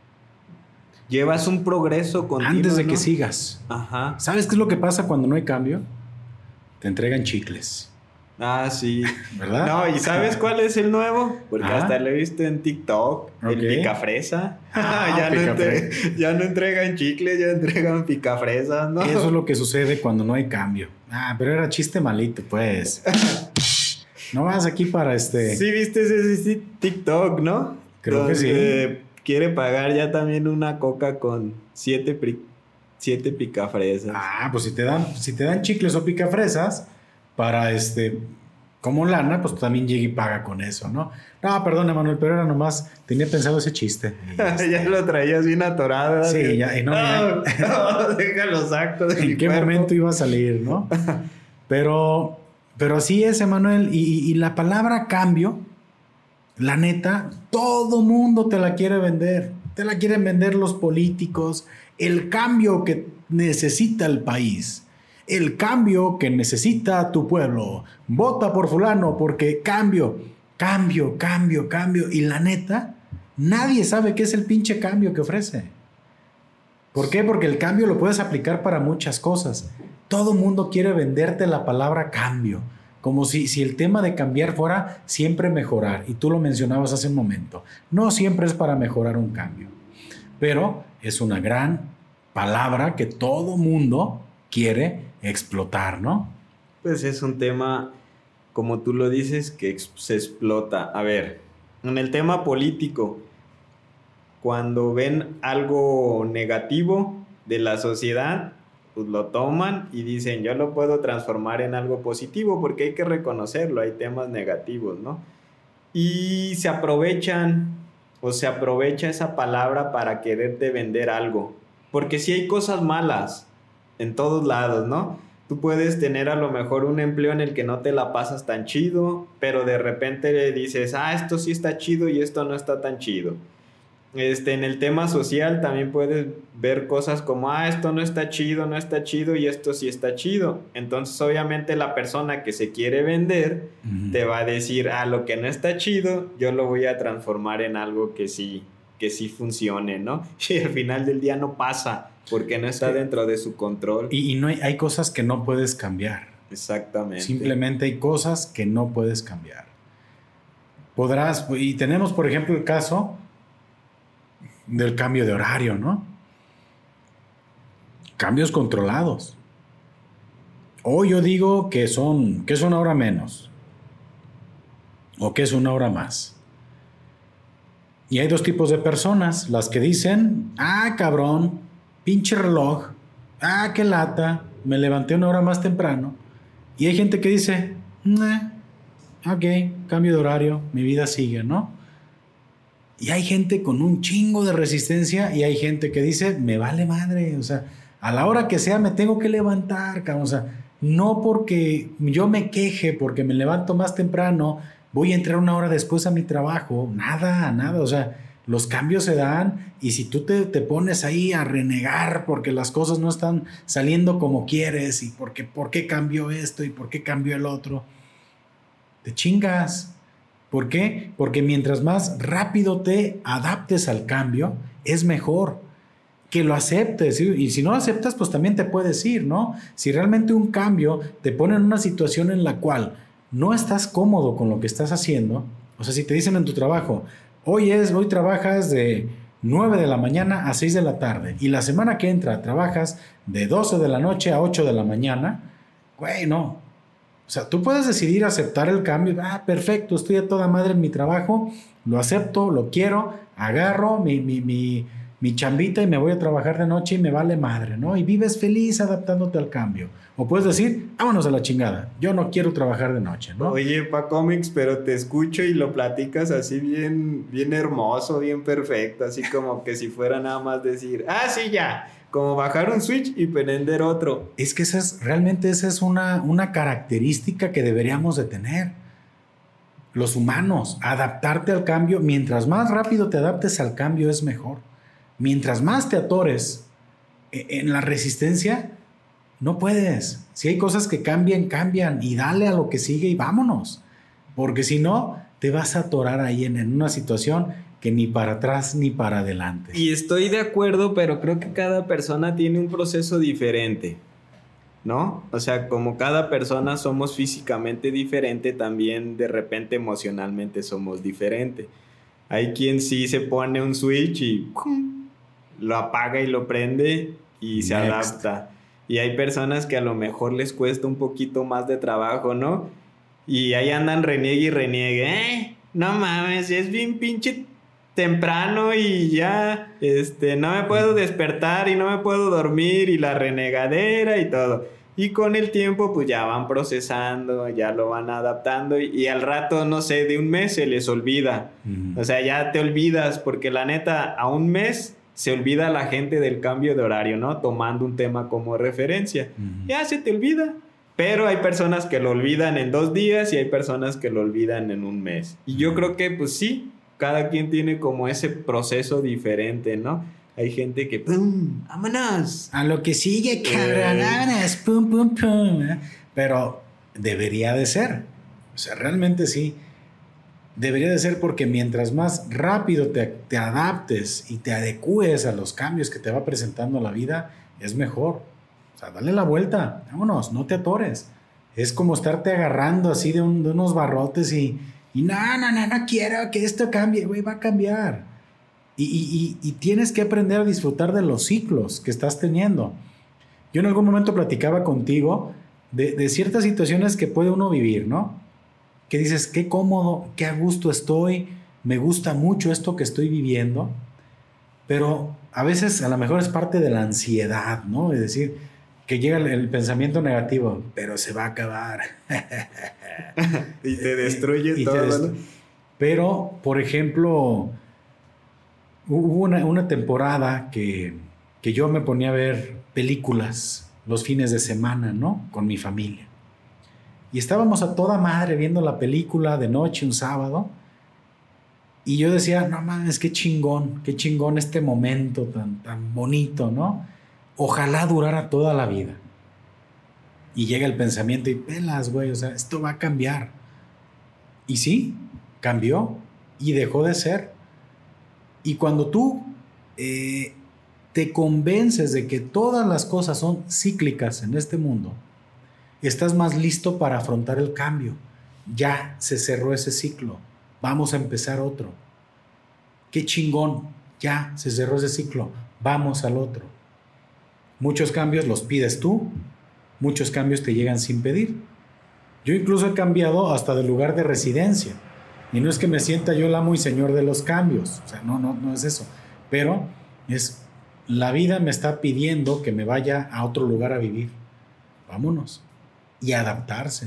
llevas un progreso continuo, Antes de ¿no? que sigas. Ajá. ¿Sabes qué es lo que pasa cuando no hay cambio? Te entregan chicles. Ah, sí. ¿Verdad? No, ¿y sabes cuál es el nuevo? Porque Ah. hasta lo he visto en TikTok, el Ok. picafresa. Ah, ya, no picafre- entre- ya no entregan chicles, ya entregan picafresas, ¿no? Eso es lo que sucede cuando no hay cambio. Ah, pero era chiste malito, pues. No vas aquí para este... Sí, viste ese, ese TikTok, ¿no? Creo que sí. Donde quiere pagar ya también una coca con siete, pri- siete picafresas. Ah, pues si te dan, si te dan chicles o picafresas para este, como lana, pues tú también llega y paga con eso, ¿no? No, perdón, Emanuel, pero era nomás, tenía pensado ese chiste. Y este, Ya lo traías bien atorado. Sí, así. ya, y no, no, ya. no, déjalo saco de mi ¿En qué cuerpo. momento iba a salir, no? Pero, pero así es, Emanuel, y, y- y la palabra cambio, la neta, todo mundo te la quiere vender. Te la quieren vender los políticos, el cambio que necesita el país. El cambio que necesita tu pueblo. Vota por fulano porque cambio, cambio, cambio, cambio. Y la neta, nadie sabe qué es el pinche cambio que ofrece. ¿Por qué? Porque el cambio lo puedes aplicar para muchas cosas. Todo mundo quiere venderte la palabra cambio. Como si, si el tema de cambiar fuera siempre mejorar. Y tú lo mencionabas hace un momento. No siempre es para mejorar un cambio. Pero es una gran palabra que todo mundo quiere explotar, ¿no? Pues es un tema, como tú lo dices, que ex- se explota. A ver, en el tema político, cuando ven algo negativo de la sociedad, pues lo toman y dicen, yo lo puedo transformar en algo positivo, porque hay que reconocerlo, hay temas negativos, ¿no? Y se aprovechan, o se aprovecha esa palabra para quererte vender algo, porque sí hay cosas malas en todos lados, ¿no? Tú puedes tener a lo mejor un empleo en el que no te la pasas tan chido, pero de repente le dices, ah, esto sí está chido y esto no está tan chido. Este, en el tema social también puedes ver cosas como, ah, esto no está chido, no está chido y esto sí está chido. Entonces, obviamente, la persona que se quiere vender Ujú. te va a decir, ah, lo que no está chido, yo lo voy a transformar en algo que sí, que sí funcione, ¿no? Y al final del día no pasa, porque no está Sí. dentro de su control. Y, y no hay, hay cosas que no puedes cambiar. Exactamente. Simplemente hay cosas que no puedes cambiar. Podrás, y tenemos por ejemplo el caso del cambio de horario, ¿no? Cambios controlados. Hoy yo digo que son, que es una hora menos o que es una hora más. Y hay dos tipos de personas, las que dicen, ah, cabrón, pinche reloj, ah, qué lata, me levanté una hora más temprano. Y hay gente que dice, nah, ok, cambio de horario, mi vida sigue, ¿no? Y hay gente con un chingo de resistencia y hay gente que dice, me vale madre, o sea, a la hora que sea me tengo que levantar, cabrón, o sea, no porque yo me queje, porque me levanto más temprano, voy a entrar una hora después a mi trabajo, nada, nada, o sea, los cambios se dan y si tú te, te pones ahí a renegar porque las cosas no están saliendo como quieres y porque, por qué cambió esto y por qué cambió el otro, te chingas. ¿Por qué? Porque mientras más rápido te adaptes al cambio, es mejor que lo aceptes. ¿Sí? Y si no lo aceptas, pues también te puedes ir, ¿no? Si realmente un cambio te pone en una situación en la cual no estás cómodo con lo que estás haciendo, o sea, si te dicen en tu trabajo, hoy es, hoy trabajas de nueve de la mañana a seis de la tarde y la semana que entra trabajas de doce de la noche a ocho de la mañana, güey, no. O sea, tú puedes decidir aceptar el cambio. Ah, perfecto, estoy a toda madre en mi trabajo, lo acepto, lo quiero, agarro mi, mi, mi, mi chambita y me voy a trabajar de noche y me vale madre, ¿no? Y vives feliz adaptándote al cambio. O puedes decir, vámonos a la chingada, yo no quiero trabajar de noche, ¿no? Oye, pa cómics, pero te escucho y lo platicas así bien, bien hermoso, bien perfecto, así como que si fuera nada más decir, ah, sí, ya, como bajar un switch y prender otro. Es que esa es, realmente esa es una, una característica que deberíamos de tener. Los humanos, adaptarte al cambio. Mientras más rápido te adaptes al cambio es mejor. Mientras más te atores en la resistencia, no puedes. Si hay cosas que cambian, cambian. Y dale a lo que sigue y vámonos. Porque si no, te vas a atorar ahí en, en una situación que ni para atrás ni para adelante. Y estoy de acuerdo, pero creo que cada persona tiene un proceso diferente, ¿no? O sea, como cada persona somos físicamente diferente, también de repente emocionalmente somos diferentes. Hay quien sí se pone un switch y ¡pum!, lo apaga y lo prende y se Next. adapta. Y hay personas que a lo mejor les cuesta un poquito más de trabajo, ¿no? Y ahí andan reniegue y reniegue. ¿Eh? No mames, es bien pinche temprano y ya este, no me puedo despertar y no me puedo dormir y la renegadera y todo. Y con el tiempo pues ya van procesando, ya lo van adaptando y, y al rato, no sé, de un mes se les olvida. Uh-huh. O sea, ya te olvidas porque la neta a un mes se olvida la gente del cambio de horario, ¿no? Tomando un tema como referencia. Uh-huh. Ya se te olvida. Pero hay personas que lo olvidan en dos días y hay personas que lo olvidan en un mes. Y yo creo que pues sí, cada quien tiene como ese proceso diferente, ¿no? Hay gente que ¡pum! ¡Vámonos! A lo que sigue, cabrón, vámonos, pum, pum, pum. Pero debería de ser. O sea, realmente sí. Debería de ser porque mientras más rápido te, te adaptes y te adecues a los cambios que te va presentando la vida, es mejor. O sea, dale la vuelta. Vámonos, no te atores. Es como estarte agarrando así de, un, de unos barrotes y... Y no, no, no, no quiero que esto cambie, güey, va a cambiar. Y, y, y, y tienes que aprender a disfrutar de los ciclos que estás teniendo. Yo en algún momento platicaba contigo de, de ciertas situaciones que puede uno vivir, ¿no? Que dices, qué cómodo, qué a gusto estoy, me gusta mucho esto que estoy viviendo, pero a veces a lo mejor es parte de la ansiedad, ¿no? Es decir, que llega el, el pensamiento negativo, pero se va a acabar. Y te destruye y, y todo. Te destru- pero, por ejemplo, hubo una, una temporada que, que yo me ponía a ver películas los fines de semana, ¿no? Con mi familia. Y estábamos a toda madre viendo la película de noche, un sábado. Y yo decía, no mames, qué chingón, qué chingón este momento tan, tan bonito, ¿no? Ojalá durara toda la vida. Y llega el pensamiento y pelas, güey, o sea, esto va a cambiar. Y sí, cambió y dejó de ser. Y cuando tú eh, te convences de que todas las cosas son cíclicas en este mundo, estás más listo para afrontar el cambio. Ya se cerró ese ciclo. Vamos a empezar otro. Qué chingón. Ya se cerró ese ciclo. Vamos al otro. Muchos cambios los pides tú. Muchos cambios te llegan sin pedir. Yo incluso he cambiado hasta de lugar de residencia. Y no es que me sienta yo el amo y señor de los cambios. O sea, no, no, no es eso. Pero es la vida me está pidiendo que me vaya a otro lugar a vivir. Vámonos. Y adaptarse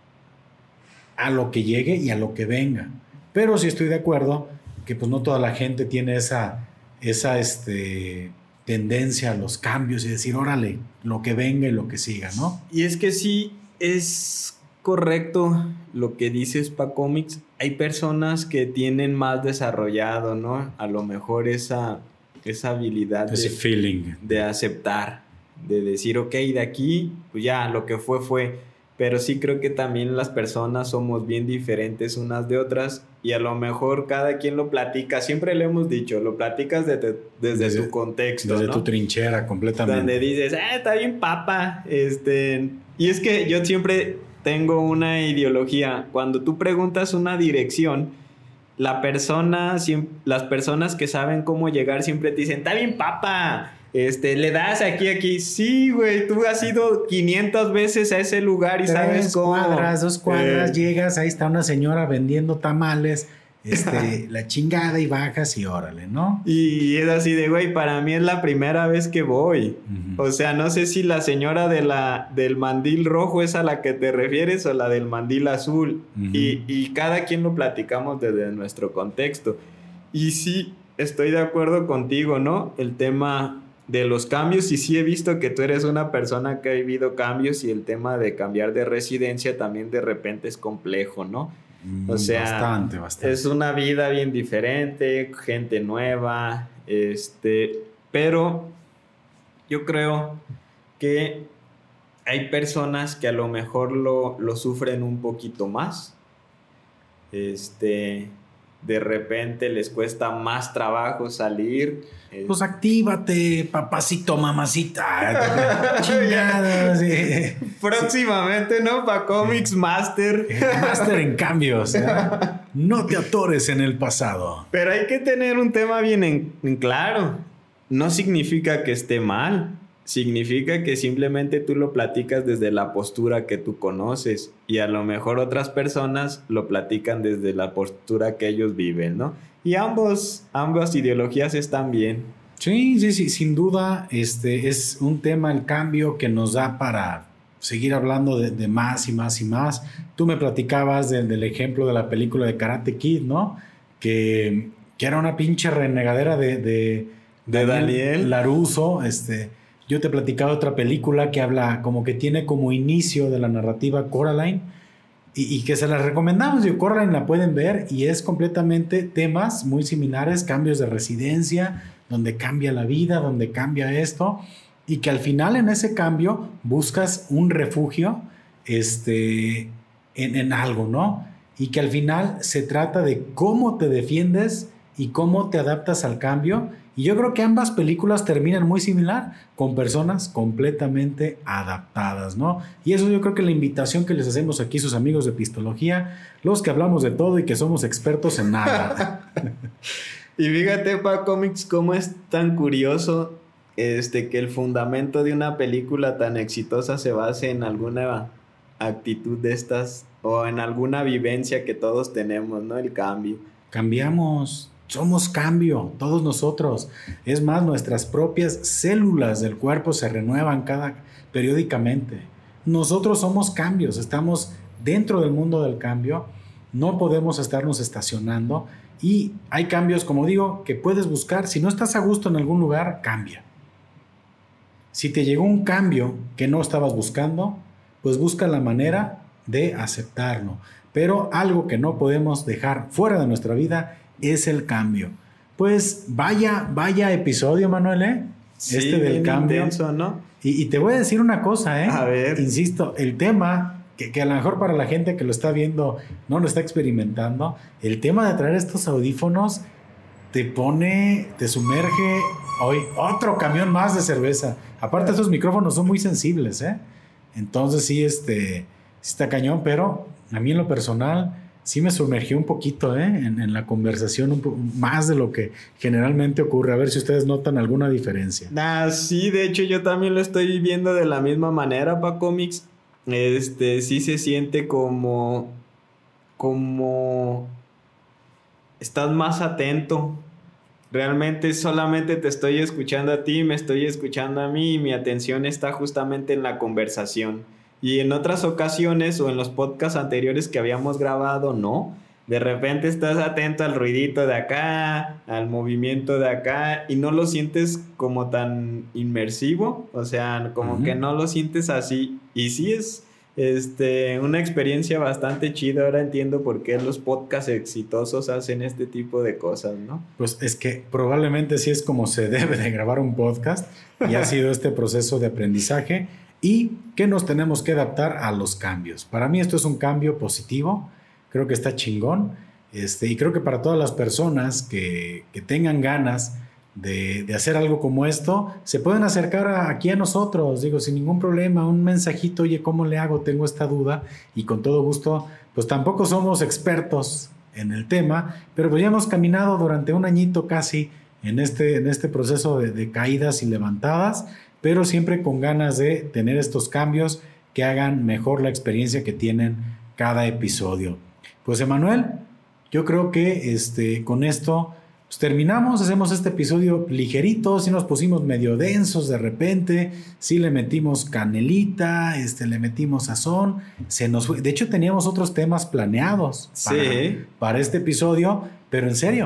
a lo que llegue y a lo que venga. Pero sí estoy de acuerdo que pues no toda la gente tiene esa, esa este, tendencia a los cambios y decir, órale, lo que venga y lo que siga, ¿no? Y es que sí, es correcto lo que dices, Pacomics. Hay personas que tienen más desarrollado, ¿no? A lo mejor esa, esa habilidad ese de, feeling de aceptar, de decir, ok, de aquí, pues ya, lo que fue, fue. Pero sí creo que también las personas somos bien diferentes unas de otras y a lo mejor cada quien lo platica, siempre le hemos dicho, lo platicas de te, desde, desde tu contexto, desde ¿no? tu trinchera completamente. Donde dices, ah, está bien papa, este... Y es que yo siempre tengo una ideología, cuando tú preguntas una dirección, la persona, las personas que saben cómo llegar siempre te dicen, está bien papa, este, le das aquí, aquí. Sí, güey, tú has ido quinientas veces a ese lugar y Tres sabes cómo. cuadras, dos cuadras, eh. llegas, ahí está una señora vendiendo tamales, este, la chingada y bajas y órale, ¿no? Y es así de, güey, para mí es la primera vez que voy. Uh-huh. O sea, no sé si la señora de la, del mandil rojo es a la que te refieres o la del mandil azul. Uh-huh. Y, y cada quien lo platicamos desde nuestro contexto. Y sí, estoy de acuerdo contigo, ¿no? El tema de los cambios y sí he visto que tú eres una persona que ha vivido cambios y el tema de cambiar de residencia también de repente es complejo, ¿no? O sea, bastante, bastante. Es una vida bien diferente, gente nueva, este, pero yo creo que hay personas que a lo mejor lo, lo sufren un poquito más. Este, de repente les cuesta más trabajo salir. Pues actívate, papacito, mamacita. Chingados. Sí. Próximamente, ¿no? Para Comics Master. Master en cambios. ¿eh? No te atores en el pasado. Pero hay que tener un tema bien en, en claro. No significa que esté mal. Significa que simplemente tú lo platicas desde la postura que tú conoces y a lo mejor otras personas lo platican desde la postura que ellos viven, ¿no? Y ambos, ambas ideologías están bien. Sí, sí, sí, sin duda este es un tema, el cambio, que nos da para seguir hablando de, de más y más y más. Tú me platicabas de, del ejemplo de la película de Karate Kid, ¿no? Que, que era una pinche renegadera de, de, de Daniel LaRusso, este... Yo te he platicado otra película que habla, como que tiene como inicio de la narrativa Coraline y, y que se la recomendamos. Yo, Coraline la pueden ver y es completamente temas muy similares, cambios de residencia, donde cambia la vida, donde cambia esto y que al final en ese cambio buscas un refugio este, en, en algo, ¿no? Y que al final se trata de cómo te defiendes y cómo te adaptas al cambio. Y yo creo que ambas películas terminan muy similar, con personas completamente adaptadas, ¿no? Y eso yo creo que la invitación que les hacemos aquí sus amigos de Pistología, los que hablamos de todo y que somos expertos en nada. Y fíjate, Pa Comics, cómo es tan curioso este, que el fundamento de una película tan exitosa se base en alguna actitud de estas o en alguna vivencia que todos tenemos, ¿no? El cambio. Cambiamos. Somos cambio, todos nosotros. Es más, nuestras propias células del cuerpo se renuevan cada periódicamente. Nosotros somos cambios, estamos dentro del mundo del cambio, no podemos estarnos estacionando y hay cambios, como digo, que puedes buscar. Si no estás a gusto en algún lugar, cambia. Si te llegó un cambio que no estabas buscando, pues busca la manera de aceptarlo. Pero algo que no podemos dejar fuera de nuestra vida es el cambio. Pues vaya, vaya episodio, Manuel, ¿eh? Sí, este del cambio. Intenso, ¿no? Y, y te voy a decir una cosa, ¿eh? A ver. Insisto, el tema, que, que a lo mejor para la gente que lo está viendo no lo está experimentando, el tema de traer estos audífonos te pone, te sumerge. Hoy, otro camión más de cerveza. Aparte, estos micrófonos son muy sensibles, ¿eh? Entonces sí, este, sí está cañón, pero a mí en lo personal sí me sumergió un poquito ¿eh? en, en la conversación, un po- más de lo que generalmente ocurre. A ver si ustedes notan alguna diferencia. Ah, sí, de hecho yo también lo estoy viendo de la misma manera, Pa Comics. Este, sí se siente como, como estás más atento. Realmente solamente te estoy escuchando a ti, me estoy escuchando a mí y mi atención está justamente en la conversación. Y en otras ocasiones o en los podcasts anteriores que habíamos grabado, no. De repente estás atento al ruidito de acá, al movimiento de acá y no lo sientes como tan inmersivo. O sea, como uh-huh. que no lo sientes así. Y sí es este, una experiencia bastante chida. Ahora entiendo por qué los podcasts exitosos hacen este tipo de cosas, ¿no? Pues es que probablemente sí es como se debe de grabar un podcast y ha sido este proceso de aprendizaje. Y que nos tenemos que adaptar a los cambios. Para mí esto es un cambio positivo, creo que está chingón, este, y creo que para todas las personas que, que tengan ganas de, de hacer algo como esto, se pueden acercar a, aquí a nosotros, digo, sin ningún problema, un mensajito, oye, ¿cómo le hago? Tengo esta duda, y con todo gusto, pues tampoco somos expertos en el tema, pero pues ya hemos caminado durante un añito casi en este, en este proceso de, de caídas y levantadas, pero siempre con ganas de tener estos cambios que hagan mejor la experiencia que tienen cada episodio. Pues Emanuel, yo creo que este, con esto pues terminamos, hacemos este episodio ligerito, sí nos pusimos medio densos de repente, sí le metimos canelita, este, le metimos sazón, se nos fue. De hecho teníamos otros temas planeados para, sí. para este episodio, pero en serio,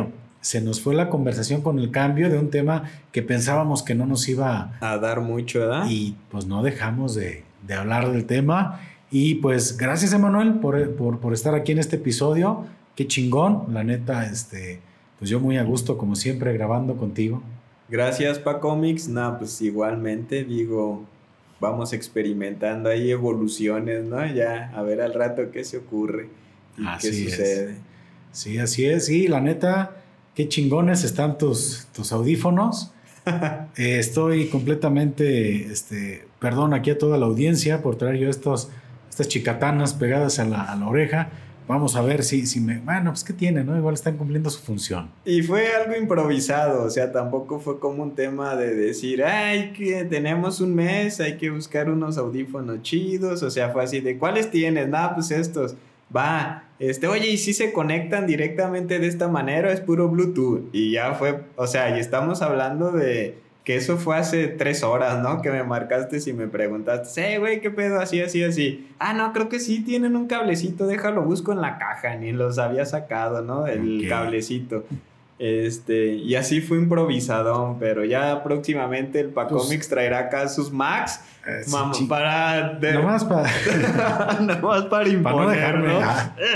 se nos fue la conversación con el cambio de un tema que pensábamos que no nos iba a dar mucho, ¿verdad? Y pues no dejamos de, de hablar del tema. Y pues gracias, Emanuel, por, por, por estar aquí en este episodio. Qué chingón, la neta, este, pues yo muy a gusto, como siempre, grabando contigo. Gracias, Pacomics. No, pues igualmente, digo, vamos experimentando ahí evoluciones, ¿no? Ya, a ver al rato qué se ocurre y así qué sucede. Es. Sí, así es. Sí, la neta, qué chingones están tus, tus audífonos. eh, estoy completamente, este, perdón aquí a toda la audiencia por traer yo estos, estas chicatanas pegadas a la, a la oreja. Vamos a ver si, si me... Bueno, pues qué tiene, ¿no? Igual están cumpliendo su función. Y fue algo improvisado, o sea, tampoco fue como un tema de decir, ay, que tenemos un mes, hay que buscar unos audífonos chidos, o sea, fue así de, ¿cuáles tienes? Nada, pues estos. Va, este, oye, ¿y si se conectan directamente de esta manera o es puro Bluetooth? Y ya fue, o sea, y estamos hablando de que eso fue hace tres horas, ¿no? Que me marcaste y me preguntaste, hey, güey, ¿qué pedo? Así, así, así. Ah, no, creo que sí tienen un cablecito, déjalo, busco en la caja, ni los había sacado, ¿no? El okay. cablecito. Este, y así fue improvisadón, pero ya próximamente el Pacomics pues, traerá acá sus Macs. Eh, Mamá, sí, para... De, nomás para... nomás para imponer, para no ¿no?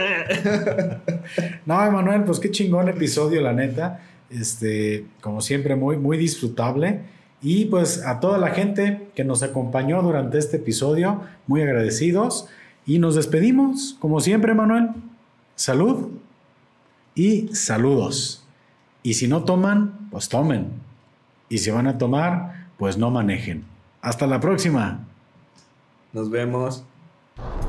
No, Emanuel, pues qué chingón episodio, la neta. Este, como siempre, muy, muy disfrutable. Y pues a toda la gente que nos acompañó durante este episodio, muy agradecidos. Y nos despedimos, como siempre, Emanuel. Salud y saludos. Y si no toman, pues tomen. Y si van a tomar, pues no manejen. Hasta la próxima. Nos vemos.